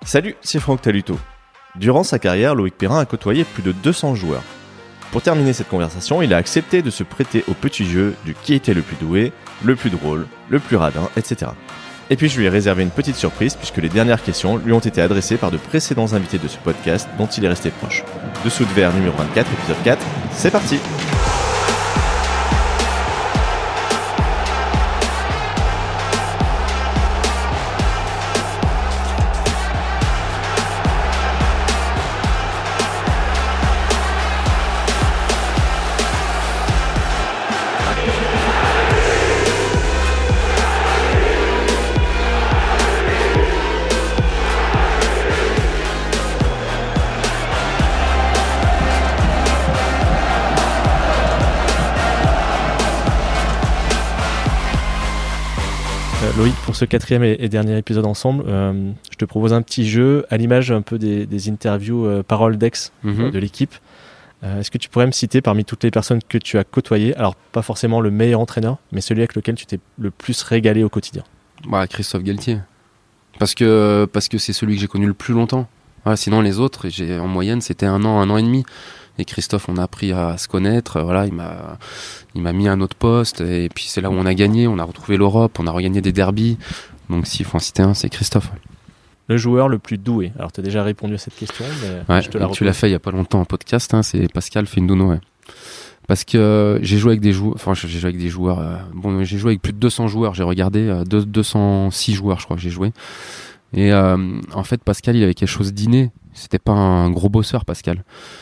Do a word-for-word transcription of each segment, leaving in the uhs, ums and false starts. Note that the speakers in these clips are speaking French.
Salut, c'est Franck Taluto. Durant sa carrière, Loïc Perrin a côtoyé plus de deux cents joueurs. Pour terminer cette conversation, il a accepté de se prêter au petit jeu du qui était le plus doué, le plus drôle, le plus radin, et cetera. Et puis je lui ai réservé une petite surprise puisque les dernières questions lui ont été adressées par de précédents invités de ce podcast dont il est resté proche. Dessous de verre numéro vingt-quatre, épisode quatre, c'est parti! Loïc, pour ce quatrième et, et dernier épisode ensemble, euh, je te propose un petit jeu à l'image un peu des, des interviews euh, paroles d'ex mm-hmm. euh, de l'équipe. Euh, est-ce que tu pourrais me citer parmi toutes les personnes que tu as côtoyées, alors pas forcément le meilleur entraîneur, mais celui avec lequel tu t'es le plus régalé au quotidien? Bah, Christophe Galtier. Parce que, parce que c'est celui que j'ai connu le plus longtemps. Voilà, sinon les autres, j'ai, en moyenne, c'était un an, un an et demi. Et Christophe, on a appris à se connaître. Voilà, il m'a, il m'a mis à un autre poste. Et puis c'est là où on a gagné. On a retrouvé l'Europe. On a regagné des derbies. Donc s'il faut en citer un, c'est Christophe. Le joueur le plus doué. Alors tu as déjà répondu à cette question, mais ouais, je te la tu l'as fait il y a pas longtemps en podcast. Hein, c'est Pascal Findouno. Ouais. Parce que euh, j'ai joué avec des joueurs. Enfin, j'ai joué avec des joueurs. Euh, bon, j'ai joué avec plus de deux cents joueurs. J'ai regardé euh, deux cent six joueurs, je crois que j'ai joué. Et euh, en fait, Pascal, il avait quelque chose d'inné. C'était pas un gros bosseur, Pascal.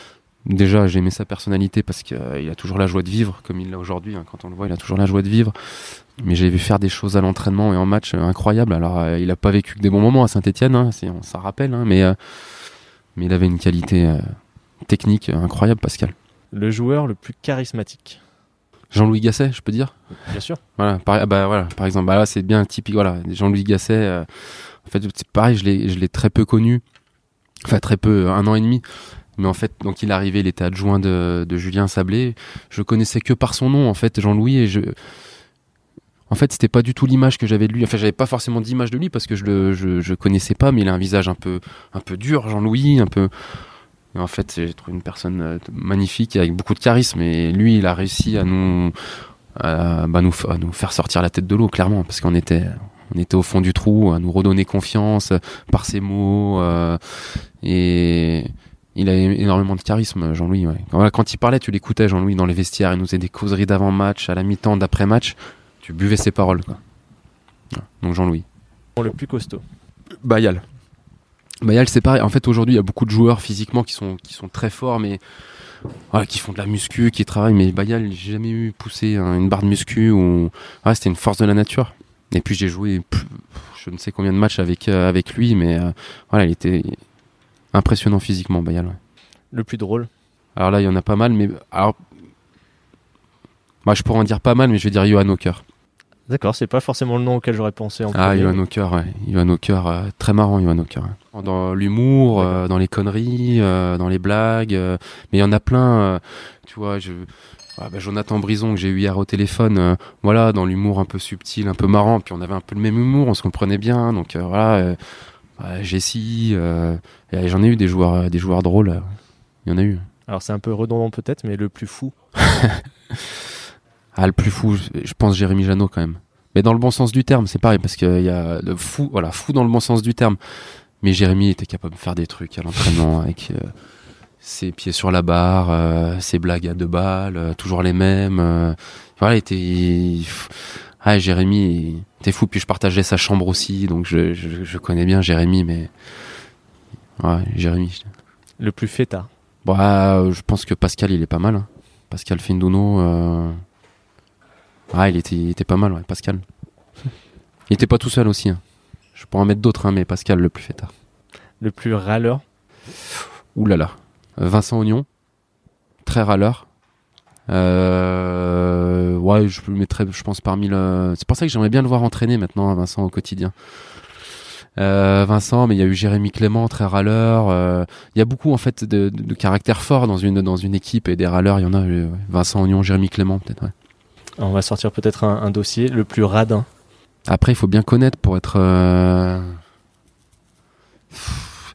Déjà, j'ai aimé sa personnalité parce qu'il euh, a toujours la joie de vivre, comme il l'a aujourd'hui. Hein, quand on le voit, il a toujours la joie de vivre. Mais j'ai vu faire des choses à l'entraînement et en match euh, incroyables. Alors, euh, il n'a pas vécu que des bons moments à Saint-Etienne, hein, on s'en rappelle. Hein, mais, euh, mais il avait une qualité euh, technique euh, incroyable, Pascal. Le joueur le plus charismatique. Jean-Louis Gasset, je peux dire. Bien sûr. Voilà, par, bah, voilà, par exemple, bah, là, c'est bien typique. Voilà, Jean-Louis Gasset, euh, en fait, c'est pareil, je l'ai, je l'ai très peu connu. Enfin, très peu, un an et demi. Mais en fait, donc il est arrivé, il était adjoint de, de Julien Sablé. Je connaissais que par son nom, en fait, Jean-Louis. Et je, en fait, c'était pas du tout l'image que j'avais de lui. Enfin, j'avais pas forcément d'image de lui parce que je le, je, je connaissais pas. Mais il a un visage un peu, un peu dur, Jean-Louis, un peu. Et en fait, j'ai trouvé une personne magnifique avec beaucoup de charisme. Et lui, il a réussi à nous, à, bah, nous, à nous faire sortir la tête de l'eau, clairement, parce qu'on était, on était au fond du trou, à nous redonner confiance par ses mots. Euh, et il a énormément de charisme, Jean-Louis. Ouais. Voilà, quand il parlait, tu l'écoutais, Jean-Louis, dans les vestiaires. Il nous faisait des causeries d'avant-match, à la mi-temps, d'après-match. Tu buvais ses paroles, quoi. Donc Jean-Louis. Le plus costaud. Bayal. Bayal, c'est pareil. En fait, aujourd'hui, il y a beaucoup de joueurs physiquement qui sont, qui sont très forts, mais voilà, qui font de la muscu, qui travaillent. Mais Bayal, j'ai jamais eu poussé hein, une barre de muscu. Ou... Ouais, c'était une force de la nature. Et puis, j'ai joué plus, je ne sais combien de matchs avec, euh, avec lui, mais euh, voilà, il était impressionnant physiquement, Bayal. Ouais. Le plus drôle. Alors là, il y en a pas mal, mais alors, bah, je pourrais en dire pas mal, mais je vais dire Johan Hawker. D'accord, c'est pas forcément le nom auquel j'aurais pensé en Ah, premier. Johan Hawker, ouais. Johan Hawker, euh, très marrant, Johan Hawker. Hein. Dans l'humour, euh, dans les conneries, euh, dans les blagues, euh, mais il y en a plein. Euh, tu vois, je, ah, bah, Jonathan Brison que j'ai eu hier au téléphone, euh, voilà, dans l'humour un peu subtil, un peu marrant, puis on avait un peu le même humour, on se comprenait bien, donc euh, voilà. Euh, euh, Jessie, euh, et j'en ai eu des joueurs, euh, des joueurs drôles. Euh, il y en a eu. Alors c'est un peu redondant peut-être, mais le plus fou. Ah, le plus fou, je, je pense Jérémy Janot quand même. Mais dans le bon sens du terme, c'est pareil, parce qu'il y a le fou, voilà, fou dans le bon sens du terme. Mais Jérémy était capable de faire des trucs à l'entraînement avec euh, ses pieds sur la barre, euh, ses blagues à deux balles, euh, toujours les mêmes. Euh, voilà, il était. Il, ah, Jérémy, il était fou. Puis je partageais sa chambre aussi, donc je, je, je connais bien Jérémy, mais. Ouais, Jérémy. Le plus fêtard. Bah, je pense que Pascal, il est pas mal. Hein. Pascal Findouno. Euh... Ah, il était, il était pas mal, ouais, Pascal. Il était pas tout seul aussi. Hein. Je pourrais en mettre d'autres, hein, mais Pascal, le plus fêtard. Le plus râleur. Ouh là là. Vincent Ognon. Très râleur. Euh... Ouais, je le mettrais, je pense, parmi le. C'est pour ça que j'aimerais bien le voir entraîner maintenant, Vincent, au quotidien. Euh, Vincent, mais il y a eu Jérémy Clément, très râleur. Euh, il y a beaucoup en fait de, de, de caractères forts dans une dans une équipe et des râleurs. Il y en a. Euh, Vincent Ognon, Jérémy Clément, peut-être. Ouais. On va sortir peut-être un, un dossier le plus radin. Après, il faut bien connaître pour être. Euh...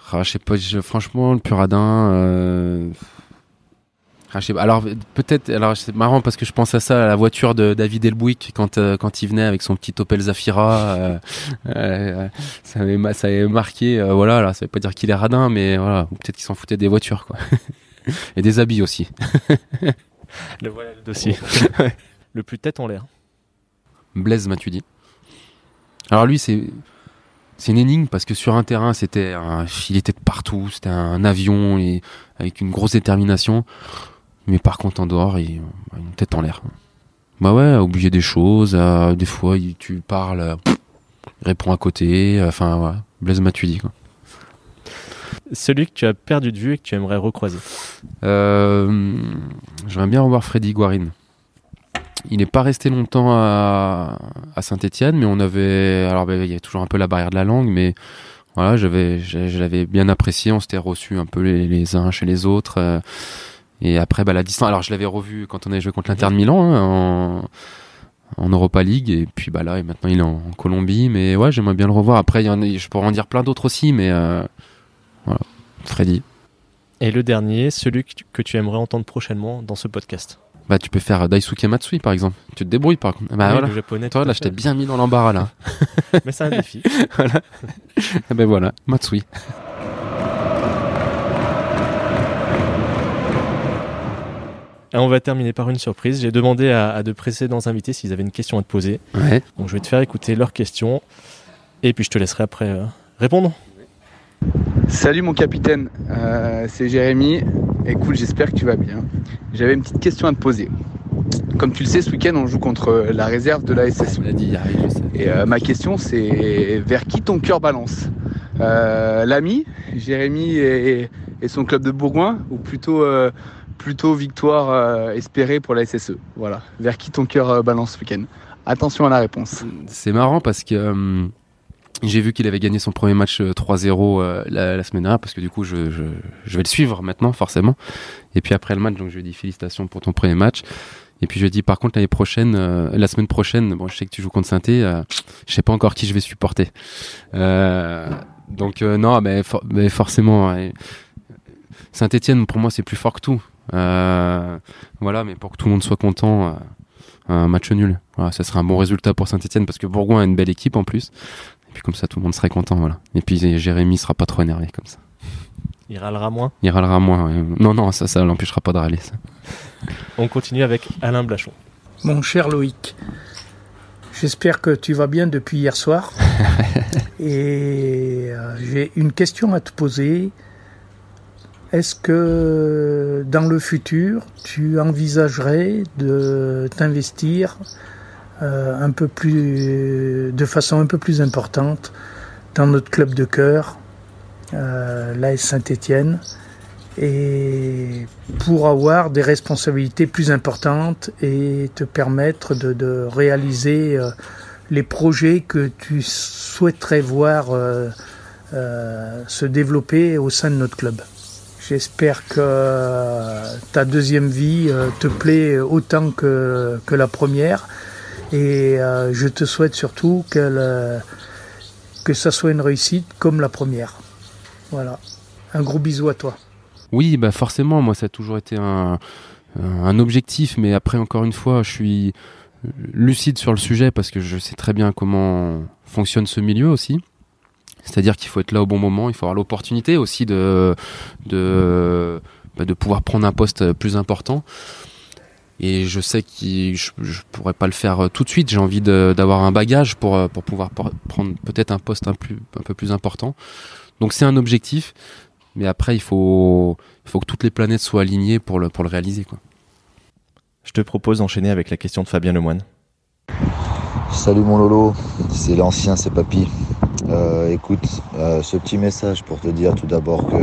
Ah, je sais pas, je, franchement, le Puradin. Euh... Ah, je sais pas. Alors peut-être, alors c'est marrant parce que je pense à ça, à la voiture de David Elbouic quand euh, quand il venait avec son petit Opel Zafira. Euh, euh, ça avait ça avait marqué. Euh, voilà, là, ça veut pas dire qu'il est radin, mais voilà, ou peut-être qu'il s'en foutait des voitures, quoi. Et des habits aussi. Le voilà le dossier. Le plus tête en l'air. Blaise Matuidi. Alors lui, c'est c'est une énigme parce que sur un terrain, c'était un, il était de partout, c'était un avion et avec une grosse détermination. Mais par contre, en dehors, il a une tête en l'air. Bah ouais, à oublier des choses. À, des fois, il, tu parles, pff, il répond à côté. Enfin, voilà. Blaise Matuidi, quoi. Celui que tu as perdu de vue et que tu aimerais recroiser. Euh, j'aimerais bien revoir Freddy Guarin. Il n'est pas resté longtemps à, à Saint-Etienne, mais on avait... Alors, bah, il y a toujours un peu la barrière de la langue, mais voilà, j'avais, je l'avais bien apprécié. On s'était reçus un peu les, les uns chez les autres. Euh, Et après, bah, la distance. Alors, je l'avais revu quand on avait joué contre l'Inter de Milan hein, en, en Europa League. Et puis, bah là, et maintenant, il est en, en Colombie. Mais ouais, j'aimerais bien le revoir. Après, il y en a, je pourrais en dire plein d'autres aussi, mais euh, voilà, Freddy. Et le dernier, celui que tu, que tu aimerais entendre prochainement dans ce podcast. Bah, tu peux faire Daisuke Matsui, par exemple. Tu te débrouilles, par contre. Bah, oui, voilà. Le japonais. Toi, là, je t'ai bien mis dans l'embarras, là. Mais c'est un défi. Voilà. Et ben voilà, Matsui. Et on va terminer par une surprise. J'ai demandé à, à de précédents invités s'ils avaient une question à te poser. Ouais. Donc je vais te faire écouter leurs questions et puis je te laisserai après euh, répondre. Salut mon capitaine, euh, c'est Jérémy. Écoute, j'espère que tu vas bien. J'avais une petite question à te poser. Comme tu le sais, ce week-end, on joue contre la réserve de la S S E. On l'a dit hier, je sais. Et euh, ma question, c'est vers qui ton cœur balance euh, L'ami, Jérémy et, et son club de Bourgoin, ou plutôt, euh, plutôt victoire euh, espérée pour la S S E. Voilà. Vers qui ton cœur euh, balance ce week-end? Attention à la réponse. C'est marrant parce que euh, j'ai vu qu'il avait gagné son premier match euh, trois zéro euh, la, la semaine dernière, parce que du coup, je, je, je vais le suivre maintenant, forcément. Et puis après le match, donc je lui ai dit félicitations pour ton premier match. Et puis je lui ai dit par contre l'année prochaine, euh, la semaine prochaine, bon je sais que tu joues contre Saint-Étienne, euh, je sais pas encore qui je vais supporter. Euh, donc euh, non, mais, for- mais forcément, ouais. Saint-Étienne pour moi c'est plus fort que tout. Euh, voilà, mais pour que tout le monde soit content, euh, un match nul. Voilà, ça serait un bon résultat pour Saint-Étienne parce que Bourgoin a une belle équipe en plus. Et puis comme ça tout le monde serait content, voilà. Et puis Jérémy sera pas trop énervé comme ça. Il râlera moins. Il râlera moins. Ouais. Non non, ça ça l'empêchera pas de râler ça. On continue avec Alain Blachon. Mon cher Loïc, j'espère que tu vas bien depuis hier soir. Et euh, j'ai une question à te poser. Est-ce que dans le futur, tu envisagerais de t'investir euh, un peu plus, de façon un peu plus importante dans notre club de cœur, euh, l'A S Saint-Étienne, et pour avoir des responsabilités plus importantes et te permettre de, de réaliser euh, les projets que tu souhaiterais voir euh, euh, se développer au sein de notre club. J'espère que euh, ta deuxième vie euh, te plaît autant que, que la première, et euh, je te souhaite surtout qu'elle, euh, que ça soit une réussite comme la première. Voilà. Un gros bisou à toi. Oui, bah forcément, moi ça a toujours été un, un objectif, mais après encore une fois, je suis lucide sur le sujet parce que je sais très bien comment fonctionne ce milieu aussi. C'est-à-dire qu'il faut être là au bon moment, il faut avoir l'opportunité aussi de, de, bah de pouvoir prendre un poste plus important. Et je sais que je ne pourrais pas le faire tout de suite, j'ai envie de, d'avoir un bagage pour, pour pouvoir prendre peut-être un poste un, plus, un peu plus important. Donc c'est un objectif. Mais après, il faut, il faut que toutes les planètes soient alignées pour le, pour le réaliser, quoi. Je te propose d'enchaîner avec la question de Fabien Lemoine. Salut mon Lolo, c'est l'ancien, c'est Papy. Euh, écoute, euh, ce petit message pour te dire tout d'abord que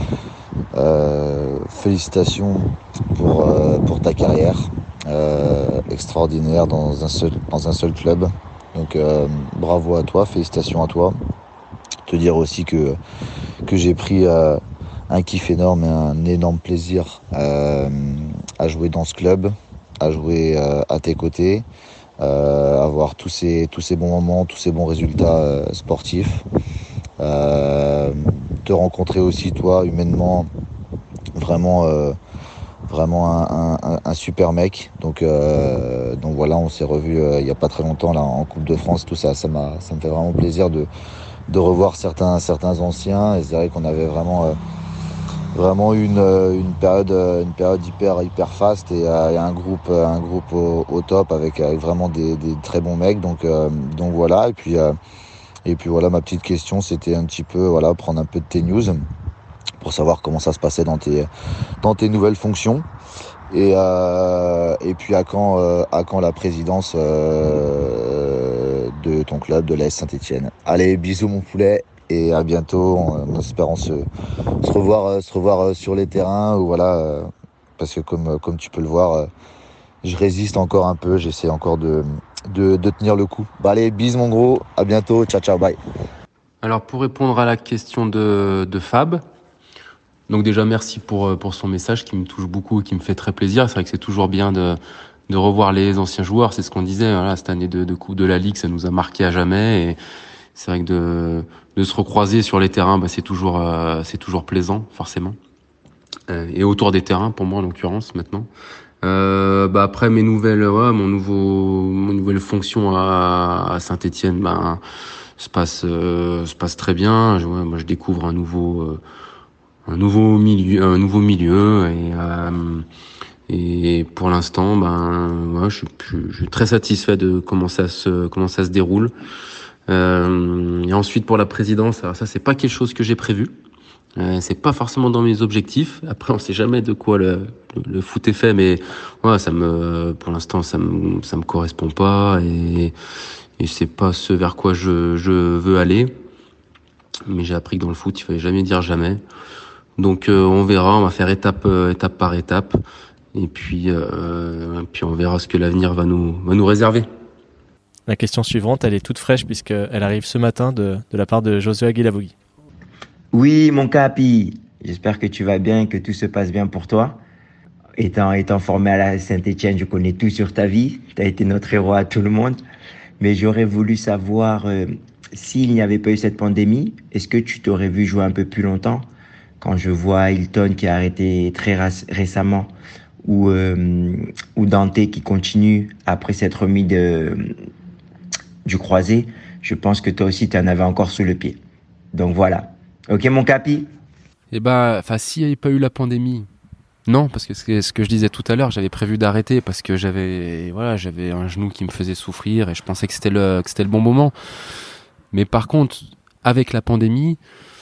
euh, félicitations pour, euh, pour ta carrière euh, extraordinaire dans un seul, dans un seul club. Donc euh, bravo à toi, félicitations à toi. Te dire aussi que, que j'ai pris euh, un kiff énorme et un énorme plaisir euh, à jouer dans ce club, à jouer euh, à tes côtés, euh, avoir tous ces, tous ces bons moments, tous ces bons résultats euh, sportifs. Euh, te rencontrer aussi, toi, humainement, vraiment, euh, vraiment un, un, un super mec. Donc, euh, donc voilà, on s'est revus euh, il n'y a pas très longtemps là en Coupe de France, tout ça, ça m'a, ça me fait vraiment plaisir de, de revoir certains, certains anciens. Et c'est vrai qu'on avait vraiment, euh, vraiment une, une période, une période hyper, hyper fast et, euh, et un groupe, un groupe au, au top avec, avec vraiment des, des très bons mecs. Donc, euh, donc voilà. Et puis, euh, et puis voilà, ma petite question, c'était un petit peu, voilà, prendre un peu de tes news pour savoir comment ça se passait dans tes, dans tes nouvelles fonctions. Et, euh, et puis à quand, euh, à quand la présidence euh, de ton club, de l'A S Saint-Etienne. Allez, bisous mon poulet et à bientôt, en, en espérant se, se revoir, se revoir sur les terrains. Ou voilà, euh, parce que comme, comme tu peux le voir, euh, je résiste encore un peu, j'essaie encore de, de, de tenir le coup. Bah allez, bisous mon gros, à bientôt, ciao ciao, bye. Alors pour répondre à la question de, de Fab, donc déjà merci pour, pour son message qui me touche beaucoup et qui me fait très plaisir. C'est vrai que c'est toujours bien de, de revoir les anciens joueurs, c'est ce qu'on disait, voilà, cette année de, de Coupe de la Ligue, ça nous a marqué à jamais. Et c'est vrai que de, de se recroiser sur les terrains, bah, c'est toujours, euh, c'est toujours plaisant, forcément. Euh, et autour des terrains, pour moi en l'occurrence, maintenant. Euh, bah après mes nouvelles, ouais, mon nouveau, mon nouvelle fonction à, à Saint-Etienne, ben, se passe, euh, se passe très bien. Je, ouais, moi, je découvre un nouveau, euh, un nouveau milieu, un nouveau milieu, et, euh, et pour l'instant, ben, ouais, je, je, je suis très satisfait de comment ça se, comment ça se déroule. Euh, et ensuite pour la présidence, alors ça c'est pas quelque chose que j'ai prévu. Euh, c'est pas forcément dans mes objectifs. Après, on sait jamais de quoi le, le, le foot est fait, mais ouais, ça me, pour l'instant, ça me, ça me correspond pas et, et c'est pas ce vers quoi je, je veux aller. Mais j'ai appris que dans le foot, il fallait jamais dire jamais. Donc, euh, on verra, on va faire étape, euh, étape par étape, et puis, euh, et puis on verra ce que l'avenir va nous, va nous réserver. La question suivante, elle est toute fraîche puisqu'elle arrive ce matin de, de la part de Josué Aguilavogui. Oui, mon capi, j'espère que tu vas bien et que tout se passe bien pour toi. Étant, étant formé à la Saint-Etienne, je connais tout sur ta vie. Tu as été notre héros à tout le monde. Mais j'aurais voulu savoir, euh, s'il n'y avait pas eu cette pandémie, est-ce que tu t'aurais vu jouer un peu plus longtemps? Quand je vois Hilton qui a arrêté très rac- récemment, ou, euh, ou Dante qui continue après s'être remis de, du croisé, je pense que toi aussi, tu en avais encore sous le pied. Donc voilà. Ok, mon capi? Eh bah, enfin, s'il n'y avait pas eu la pandémie, non, parce que c'est ce que je disais tout à l'heure, j'avais prévu d'arrêter parce que j'avais, voilà, j'avais un genou qui me faisait souffrir et je pensais que c'était le, que c'était le bon moment. Mais par contre, avec la pandémie,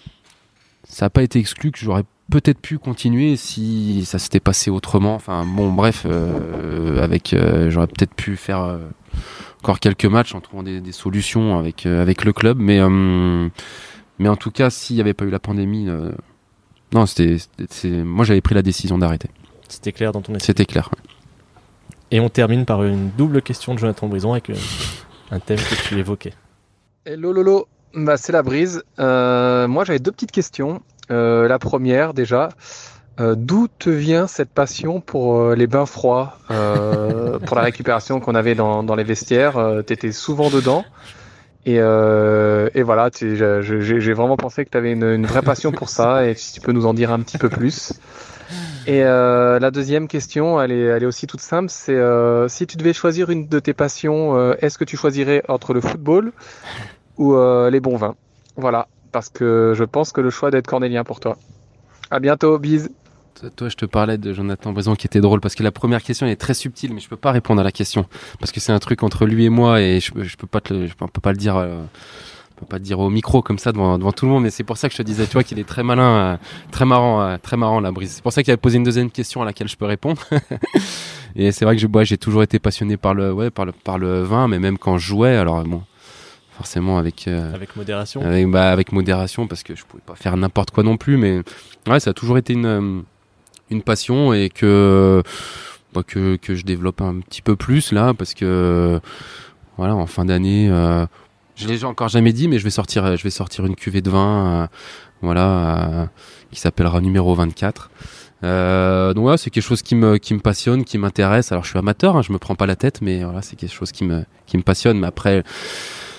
ça n'a pas été exclu que j'aurais peut-être pu continuer si ça s'était passé autrement. Enfin, bon, bref, euh, avec, euh, j'aurais peut-être pu faire euh, encore quelques matchs en trouvant des, des solutions avec, euh, avec le club, mais. Euh, Mais en tout cas, s'il n'y avait pas eu la pandémie, euh, non, c'était, c'était, c'est, moi j'avais pris la décision d'arrêter. C'était clair dans ton esprit. C'était clair. Ouais. Et on termine par une double question de Jonathan Brison avec euh, un thème que tu évoquais. Hello Lolo, bah, c'est la brise. Euh, moi j'avais deux petites questions. Euh, la première déjà, euh, d'où te vient cette passion pour euh, les bains froids, euh, pour la récupération qu'on avait dans, dans les vestiaires? euh, T'étais souvent dedans. Et, euh, et voilà, tu, je, je, j'ai vraiment pensé que tu avais une, une vraie passion pour ça, et si tu peux nous en dire un petit peu plus. Et euh, la deuxième question, elle est, elle est aussi toute simple, c'est euh, si tu devais choisir une de tes passions, euh, est-ce que tu choisirais entre le football ou euh, les bons vins? Voilà, parce que je pense que le choix doit être cornélien pour toi. À bientôt, bise. Toi, je te parlais de Jonathan Brison qui était drôle parce que la première question elle est très subtile, mais je peux pas répondre à la question parce que c'est un truc entre lui et moi et je, je peux pas te le, je peux, peux pas le dire, euh, je peux pas te dire au micro comme ça devant, devant tout le monde. Mais c'est pour ça que je te disais, tu vois, qu'il est très malin, euh, très marrant, euh, très marrant la brise. C'est pour ça qu'il avait posé une deuxième question à laquelle je peux répondre. Et c'est vrai que je, ouais, j'ai toujours été passionné par le, ouais, par le, par le vin, mais même quand je jouais, alors bon. Forcément avec euh, avec modération. Avec, bah, avec modération parce que je pouvais pas faire n'importe quoi non plus, mais ouais, ça a toujours été une une passion et que bah, que que je développe un petit peu plus là parce que voilà, en fin d'année, euh, je l'ai encore jamais dit, mais je vais sortir je vais sortir une cuvée de vin, euh, voilà, euh, qui s'appellera numéro vingt-quatre. Euh, donc voilà, c'est quelque chose qui me qui me passionne, qui m'intéresse. Alors je suis amateur, hein, je me prends pas la tête, mais voilà, c'est quelque chose qui me qui me passionne. Mais après,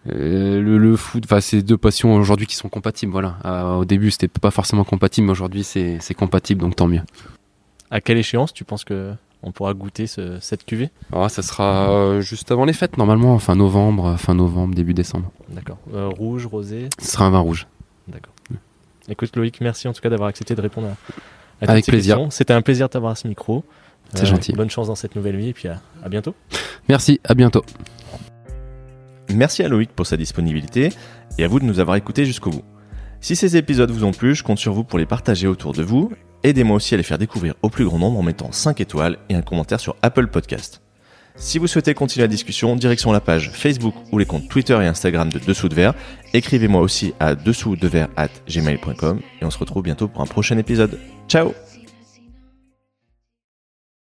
Euh, le, le foot, enfin, c'est deux passions aujourd'hui qui sont compatibles. Voilà. Euh, au début, c'était pas forcément compatible, mais aujourd'hui, c'est, c'est compatible, donc tant mieux. À quelle échéance tu penses que on pourra goûter ce, cette cuvée? Alors, ça sera euh, juste avant les fêtes, normalement, fin novembre, fin novembre, début décembre. D'accord. Euh, rouge, rosé. Ce sera un vin rouge. D'accord. Mmh. Écoute Loïc, merci en tout cas d'avoir accepté de répondre à, à toutes Avec ces plaisir. questions. C'était un plaisir de t'avoir à ce micro. C'est euh, gentil. Bonne chance dans cette nouvelle vie et puis à, à bientôt. Merci, à bientôt. Merci à Loïc pour sa disponibilité et à vous de nous avoir écoutés jusqu'au bout. Si ces épisodes vous ont plu, je compte sur vous pour les partager autour de vous. Aidez-moi aussi à les faire découvrir au plus grand nombre en mettant cinq étoiles et un commentaire sur Apple Podcast. Si vous souhaitez continuer la discussion, direction la page Facebook ou les comptes Twitter et Instagram de Dessous de Verre. Écrivez-moi aussi à dessous de verre arobase gmail point com et on se retrouve bientôt pour un prochain épisode. Ciao!